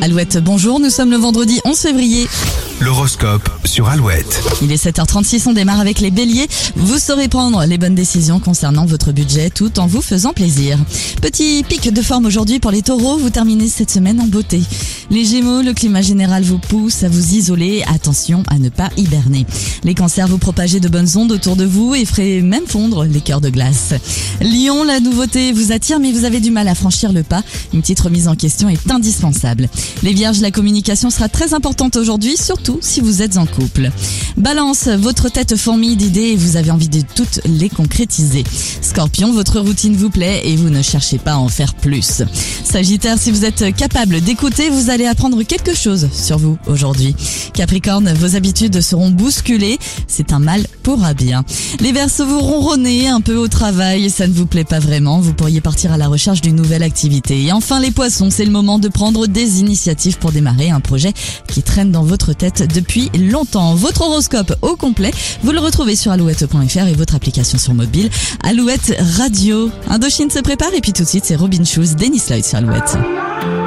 Alouette, bonjour, nous sommes le vendredi 11 février. L'horoscope sur Alouette. Il est 7h36, on démarre avec les béliers. Vous saurez prendre les bonnes décisions concernant votre budget tout en vous faisant plaisir. Petit pic de forme aujourd'hui pour les taureaux, vous terminez cette semaine en beauté. Les gémeaux, le climat général vous pousse à vous isoler, attention à ne pas hiberner. Les cancers, vous propagez de bonnes ondes autour de vous et ferez même fondre les cœurs de glace. Lion, la nouveauté vous attire mais vous avez du mal à franchir le pas. Une petite remise en question est indispensable. Les vierges, la communication sera très importante aujourd'hui, surtout si vous êtes en couple. Balance, votre tête fourmille d'idées et vous avez envie de toutes les concrétiser. Scorpion, votre routine vous plaît et vous ne cherchez pas à en faire plus. Sagittaire, si vous êtes capable d'écouter, vous allez apprendre quelque chose sur vous aujourd'hui. Capricorne, vos habitudes seront bousculées, c'est un mal pour un bien. Les Verseaux, vous ronronnez un peu au travail, ça ne vous plaît pas vraiment, vous pourriez partir à la recherche d'une nouvelle activité. Et enfin les Poissons, c'est le moment de prendre des initiatives pour démarrer un projet qui traîne dans votre tête depuis longtemps. Votre horoscope au complet, vous le retrouvez sur alouette.fr et votre application sur mobile Alouette Radio. Indochine se prépare et puis tout de suite c'est Robin Schulz, Dennis Lloyd sur Alouette.